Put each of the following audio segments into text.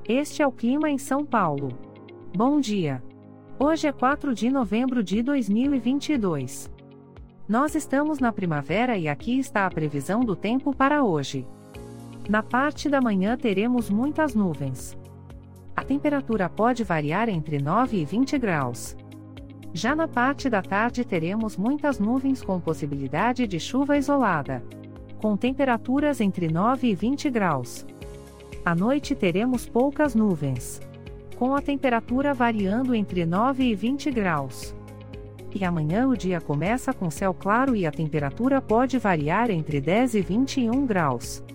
Este é o clima em São Paulo. Bom dia. Hoje é 4 de novembro de 2022. Nós estamos na primavera e aqui está a previsão do tempo para hoje. Na parte da manhã teremos muitas nuvens. A temperatura pode variar entre 9 e 20 graus. Já na parte da tarde teremos muitas nuvens com possibilidade de chuva isolada. Com temperaturas entre 9 e 20 graus. À noite teremos poucas nuvens. Com a temperatura variando entre 9 e 20 graus. E amanhã o dia começa com céu claro e a temperatura pode variar entre 10 e 21 graus.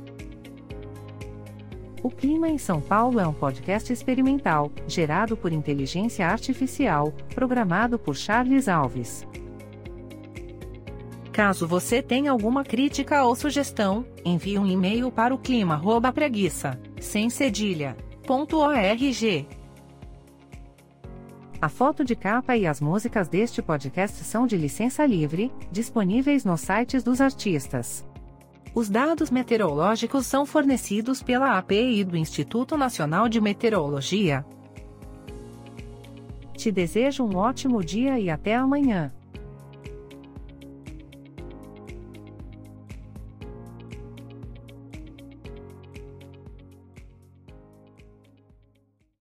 O Clima em São Paulo é um podcast experimental, gerado por inteligência artificial, programado por Charles Alves. Caso você tenha alguma crítica ou sugestão, envie um e-mail para o clima@preguiça, sem cedilha.org. A foto de capa e as músicas deste podcast são de licença livre, disponíveis nos sites dos artistas. Os dados meteorológicos são fornecidos pela API do Instituto Nacional de Meteorologia. Te desejo um ótimo dia e até amanhã.